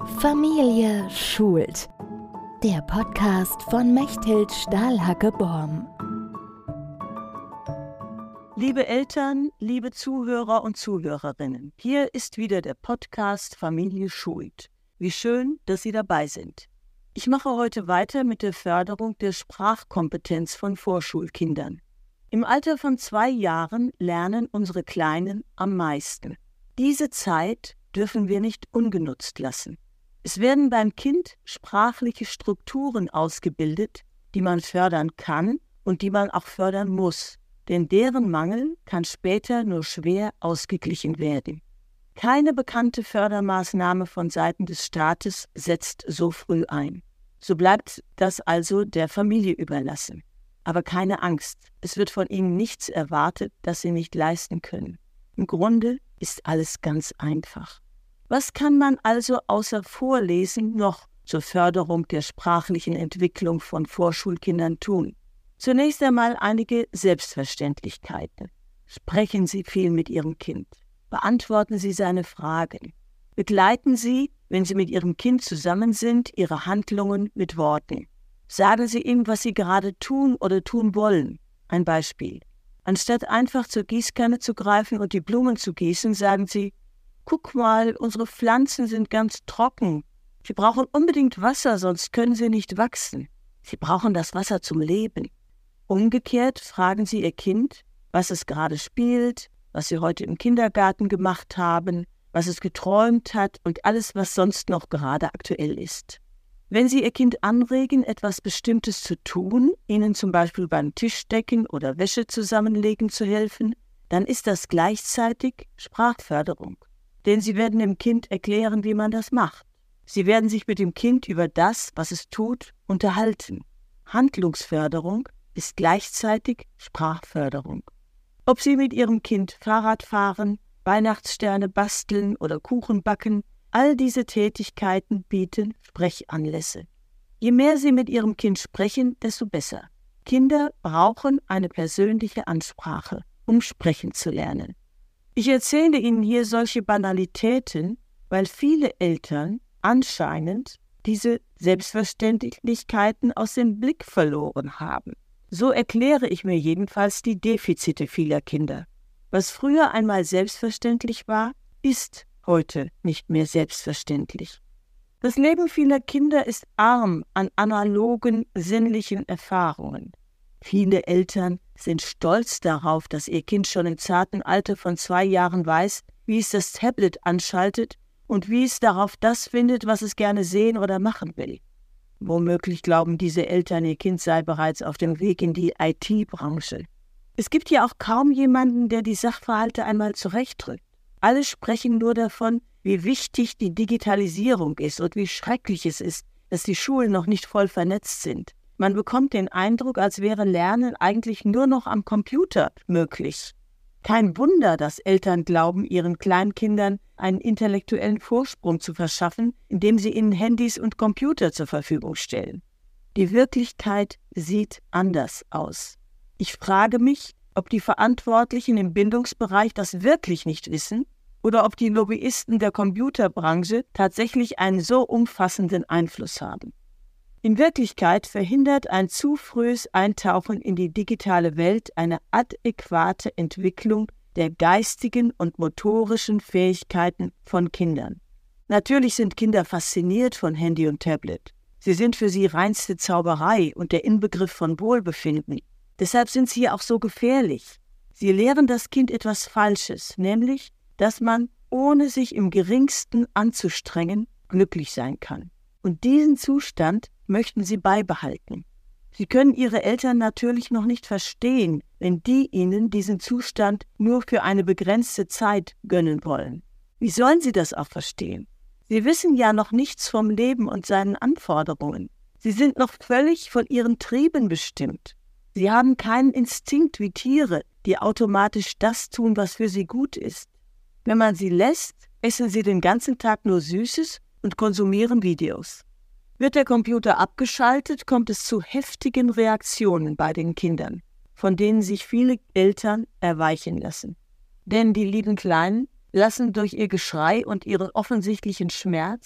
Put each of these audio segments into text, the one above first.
Familie schult. Der Podcast von Mechthild Stahlhacke-Borm. Liebe Eltern, liebe Zuhörer und Zuhörerinnen, hier ist wieder der Podcast Familie schult. Wie schön, dass Sie dabei sind. Ich mache heute weiter mit der Förderung der Sprachkompetenz von Vorschulkindern. Im Alter von 2 Jahren lernen unsere Kleinen am meisten. Diese Zeit dürfen wir nicht ungenutzt lassen. Es werden beim Kind sprachliche Strukturen ausgebildet, die man fördern kann und die man auch fördern muss, denn deren Mangel kann später nur schwer ausgeglichen werden. Keine bekannte Fördermaßnahme von Seiten des Staates setzt so früh ein. So bleibt das also der Familie überlassen. Aber keine Angst, es wird von ihnen nichts erwartet, das sie nicht leisten können. Im Grunde ist alles ganz einfach. Was kann man also außer Vorlesen noch zur Förderung der sprachlichen Entwicklung von Vorschulkindern tun? Zunächst einmal einige Selbstverständlichkeiten. Sprechen Sie viel mit Ihrem Kind. Beantworten Sie seine Fragen. Begleiten Sie, wenn Sie mit Ihrem Kind zusammen sind, Ihre Handlungen mit Worten. Sagen Sie ihm, was Sie gerade tun oder tun wollen. Ein Beispiel. Anstatt einfach zur Gießkanne zu greifen und die Blumen zu gießen, sagen Sie: Guck mal, unsere Pflanzen sind ganz trocken. Sie brauchen unbedingt Wasser, sonst können sie nicht wachsen. Sie brauchen das Wasser zum Leben. Umgekehrt fragen Sie Ihr Kind, was es gerade spielt, was Sie heute im Kindergarten gemacht haben, was es geträumt hat und alles, was sonst noch gerade aktuell ist. Wenn Sie Ihr Kind anregen, etwas Bestimmtes zu tun, Ihnen zum Beispiel beim Tischdecken oder Wäsche zusammenlegen zu helfen, dann ist das gleichzeitig Sprachförderung. Denn Sie werden dem Kind erklären, wie man das macht. Sie werden sich mit dem Kind über das, was es tut, unterhalten. Handlungsförderung ist gleichzeitig Sprachförderung. Ob Sie mit Ihrem Kind Fahrrad fahren, Weihnachtssterne basteln oder Kuchen backen, all diese Tätigkeiten bieten Sprechanlässe. Je mehr Sie mit Ihrem Kind sprechen, desto besser. Kinder brauchen eine persönliche Ansprache, um sprechen zu lernen. Ich erzähle Ihnen hier solche Banalitäten, weil viele Eltern anscheinend diese Selbstverständlichkeiten aus dem Blick verloren haben. So erkläre ich mir jedenfalls die Defizite vieler Kinder. Was früher einmal selbstverständlich war, ist heute nicht mehr selbstverständlich. Das Leben vieler Kinder ist arm an analogen, sinnlichen Erfahrungen. Viele Eltern sind stolz darauf, dass ihr Kind schon im zarten Alter von 2 Jahren weiß, wie es das Tablet anschaltet und wie es darauf das findet, was es gerne sehen oder machen will. Womöglich glauben diese Eltern, ihr Kind sei bereits auf dem Weg in die IT-Branche. Es gibt ja auch kaum jemanden, der die Sachverhalte einmal zurechtdrückt. Alle sprechen nur davon, wie wichtig die Digitalisierung ist und wie schrecklich es ist, dass die Schulen noch nicht voll vernetzt sind. Man bekommt den Eindruck, als wäre Lernen eigentlich nur noch am Computer möglich. Kein Wunder, dass Eltern glauben, ihren Kleinkindern einen intellektuellen Vorsprung zu verschaffen, indem sie ihnen Handys und Computer zur Verfügung stellen. Die Wirklichkeit sieht anders aus. Ich frage mich, ob die Verantwortlichen im Bildungsbereich das wirklich nicht wissen oder ob die Lobbyisten der Computerbranche tatsächlich einen so umfassenden Einfluss haben. In Wirklichkeit verhindert ein zu frühes Eintauchen in die digitale Welt eine adäquate Entwicklung der geistigen und motorischen Fähigkeiten von Kindern. Natürlich sind Kinder fasziniert von Handy und Tablet. Sie sind für sie reinste Zauberei und der Inbegriff von Wohlbefinden. Deshalb sind sie auch so gefährlich. Sie lehren das Kind etwas Falsches, nämlich, dass man, ohne sich im Geringsten anzustrengen, glücklich sein kann. Und diesen Zustand möchten sie beibehalten. Sie können ihre Eltern natürlich noch nicht verstehen, wenn die ihnen diesen Zustand nur für eine begrenzte Zeit gönnen wollen. Wie sollen sie das auch verstehen? Sie wissen ja noch nichts vom Leben und seinen Anforderungen. Sie sind noch völlig von ihren Trieben bestimmt. Sie haben keinen Instinkt wie Tiere, die automatisch das tun, was für sie gut ist. Wenn man sie lässt, essen sie den ganzen Tag nur Süßes und konsumieren Videos. Wird der Computer abgeschaltet, kommt es zu heftigen Reaktionen bei den Kindern, von denen sich viele Eltern erweichen lassen. Denn die lieben Kleinen lassen durch ihr Geschrei und ihren offensichtlichen Schmerz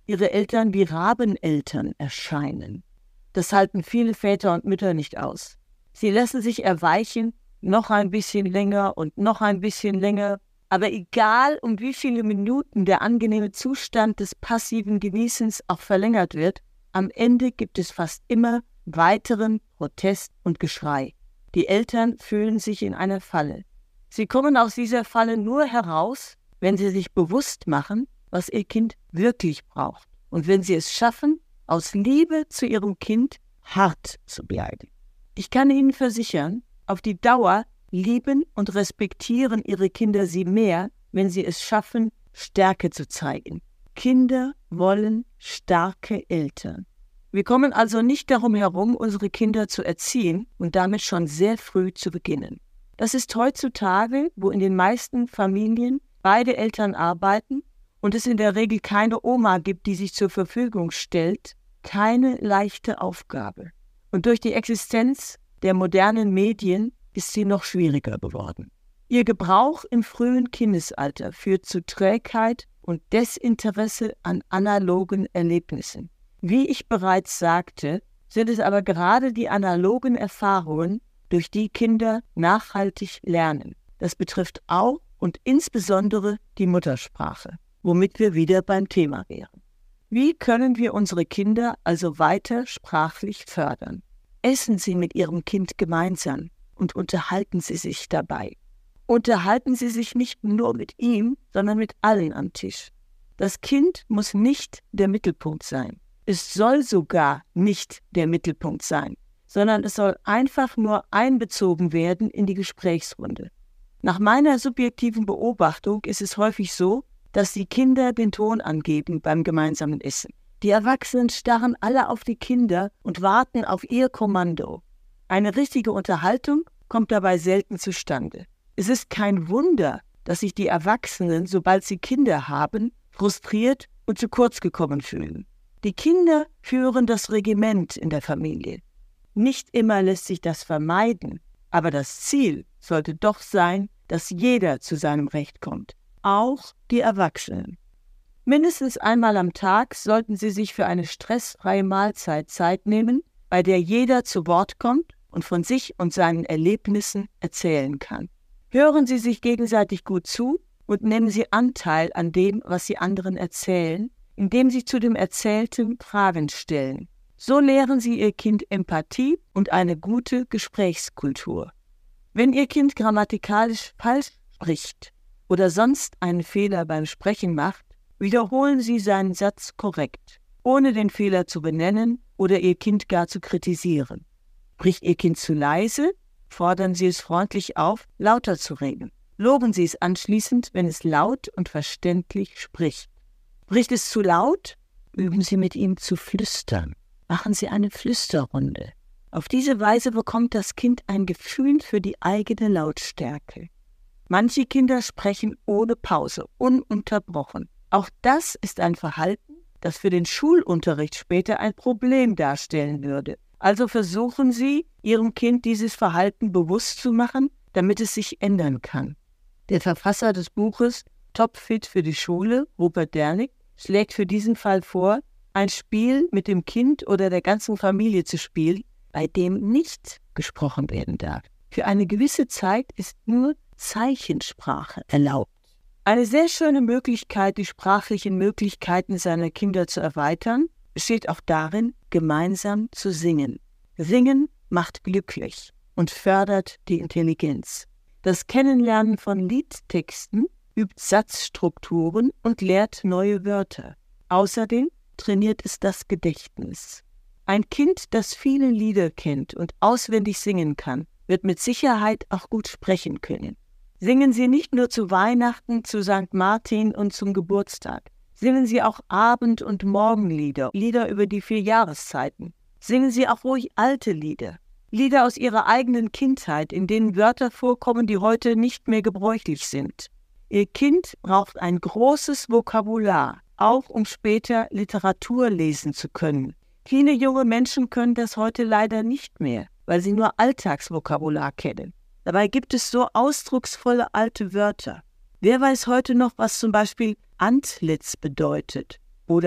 ihre Eltern wie Rabeneltern erscheinen. Das halten viele Väter und Mütter nicht aus. Sie lassen sich erweichen, noch ein bisschen länger und noch ein bisschen länger. Aber egal, um wie viele Minuten der angenehme Zustand des passiven Genießens auch verlängert wird, am Ende gibt es fast immer weiteren Protest und Geschrei. Die Eltern fühlen sich in einer Falle. Sie kommen aus dieser Falle nur heraus, wenn sie sich bewusst machen, was ihr Kind wirklich braucht. Und wenn sie es schaffen, aus Liebe zu ihrem Kind hart zu bleiben. Ich kann Ihnen versichern, auf die Dauer lieben und respektieren Ihre Kinder Sie mehr, wenn Sie es schaffen, Stärke zu zeigen. Kinder wollen starke Eltern. Wir kommen also nicht darum herum, unsere Kinder zu erziehen und damit schon sehr früh zu beginnen. Das ist heutzutage, wo in den meisten Familien beide Eltern arbeiten und es in der Regel keine Oma gibt, die sich zur Verfügung stellt, keine leichte Aufgabe. Und durch die Existenz der modernen Medien ist sie noch schwieriger geworden. Ihr Gebrauch im frühen Kindesalter führt zu Trägheit und Desinteresse an analogen Erlebnissen. Wie ich bereits sagte, sind es aber gerade die analogen Erfahrungen, durch die Kinder nachhaltig lernen. Das betrifft auch und insbesondere die Muttersprache, womit wir wieder beim Thema wären. Wie können wir unsere Kinder also weiter sprachlich fördern? Essen Sie mit Ihrem Kind gemeinsam und unterhalten Sie sich dabei. Unterhalten Sie sich nicht nur mit ihm, sondern mit allen am Tisch. Das Kind muss nicht der Mittelpunkt sein. Es soll sogar nicht der Mittelpunkt sein, sondern es soll einfach nur einbezogen werden in die Gesprächsrunde. Nach meiner subjektiven Beobachtung ist es häufig so, dass die Kinder den Ton angeben beim gemeinsamen Essen. Die Erwachsenen starren alle auf die Kinder und warten auf ihr Kommando. Eine richtige Unterhaltung kommt dabei selten zustande. Es ist kein Wunder, dass sich die Erwachsenen, sobald sie Kinder haben, frustriert und zu kurz gekommen fühlen. Die Kinder führen das Regiment in der Familie. Nicht immer lässt sich das vermeiden, aber das Ziel sollte doch sein, dass jeder zu seinem Recht kommt, auch die Erwachsenen. Mindestens einmal am Tag sollten Sie sich für eine stressfreie Mahlzeit Zeit nehmen, bei der jeder zu Wort kommt und von sich und seinen Erlebnissen erzählen kann. Hören Sie sich gegenseitig gut zu und nehmen Sie Anteil an dem, was Sie anderen erzählen, indem Sie zu dem Erzählten Fragen stellen. So lehren Sie Ihr Kind Empathie und eine gute Gesprächskultur. Wenn Ihr Kind grammatikalisch falsch spricht oder sonst einen Fehler beim Sprechen macht, wiederholen Sie seinen Satz korrekt, ohne den Fehler zu benennen oder Ihr Kind gar zu kritisieren. Spricht Ihr Kind zu leise, fordern Sie es freundlich auf, lauter zu reden. Loben Sie es anschließend, wenn es laut und verständlich spricht. Spricht es zu laut, üben Sie mit ihm zu flüstern. Machen Sie eine Flüsterrunde. Auf diese Weise bekommt das Kind ein Gefühl für die eigene Lautstärke. Manche Kinder sprechen ohne Pause, ununterbrochen. Auch das ist ein Verhalten, das für den Schulunterricht später ein Problem darstellen würde. Also versuchen Sie, Ihrem Kind dieses Verhalten bewusst zu machen, damit es sich ändern kann. Der Verfasser des Buches Topfit für die Schule, Rupert Dernick, schlägt für diesen Fall vor, ein Spiel mit dem Kind oder der ganzen Familie zu spielen, bei dem nicht gesprochen werden darf. Für eine gewisse Zeit ist nur Zeichensprache erlaubt. Eine sehr schöne Möglichkeit, die sprachlichen Möglichkeiten seiner Kinder zu erweitern, besteht auch darin, gemeinsam zu singen. Singen macht glücklich und fördert die Intelligenz. Das Kennenlernen von Liedtexten übt Satzstrukturen und lehrt neue Wörter. Außerdem trainiert es das Gedächtnis. Ein Kind, das viele Lieder kennt und auswendig singen kann, wird mit Sicherheit auch gut sprechen können. Singen Sie nicht nur zu Weihnachten, zu St. Martin und zum Geburtstag. Singen Sie auch Abend- und Morgenlieder, Lieder über die 4 Jahreszeiten. Singen Sie auch ruhig alte Lieder. Lieder aus Ihrer eigenen Kindheit, in denen Wörter vorkommen, die heute nicht mehr gebräuchlich sind. Ihr Kind braucht ein großes Vokabular, auch um später Literatur lesen zu können. Viele junge Menschen können das heute leider nicht mehr, weil sie nur Alltagsvokabular kennen. Dabei gibt es so ausdrucksvolle alte Wörter. Wer weiß heute noch, was zum Beispiel Antlitz bedeutet oder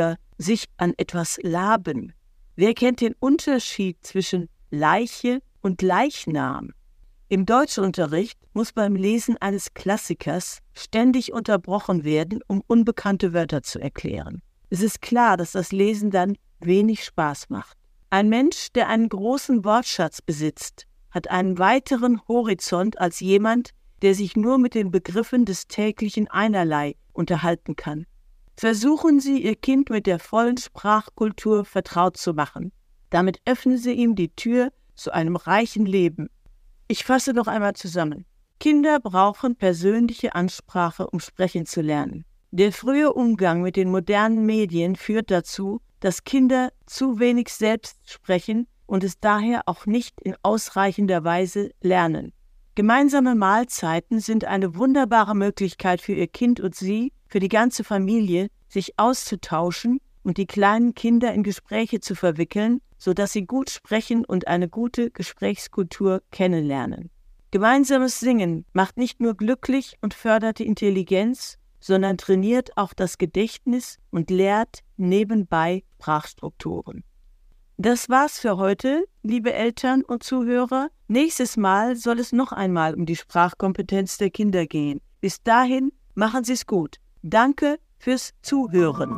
sich an etwas laben. Wer kennt den Unterschied zwischen Leiche und Leichnam? Im Deutschunterricht muss beim Lesen eines Klassikers ständig unterbrochen werden, um unbekannte Wörter zu erklären. Es ist klar, dass das Lesen dann wenig Spaß macht. Ein Mensch, der einen großen Wortschatz besitzt, hat einen weiteren Horizont als jemand, der sich nur mit den Begriffen des täglichen Einerlei unterhalten kann. Versuchen Sie, Ihr Kind mit der vollen Sprachkultur vertraut zu machen. Damit öffnen Sie ihm die Tür zu einem reichen Leben. Ich fasse noch einmal zusammen. Kinder brauchen persönliche Ansprache, um sprechen zu lernen. Der frühe Umgang mit den modernen Medien führt dazu, dass Kinder zu wenig selbst sprechen und es daher auch nicht in ausreichender Weise lernen. Gemeinsame Mahlzeiten sind eine wunderbare Möglichkeit für Ihr Kind und Sie, für die ganze Familie, sich auszutauschen und die kleinen Kinder in Gespräche zu verwickeln, sodass sie gut sprechen und eine gute Gesprächskultur kennenlernen. Gemeinsames Singen macht nicht nur glücklich und fördert die Intelligenz, sondern trainiert auch das Gedächtnis und lehrt nebenbei Sprachstrukturen. Das war's für heute, liebe Eltern und Zuhörer. Nächstes Mal soll es noch einmal um die Sprachkompetenz der Kinder gehen. Bis dahin, machen Sie es gut. Danke fürs Zuhören.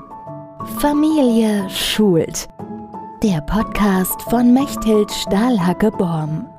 Familie schult. Der Podcast von Mechthild Stahlhacke-Borm.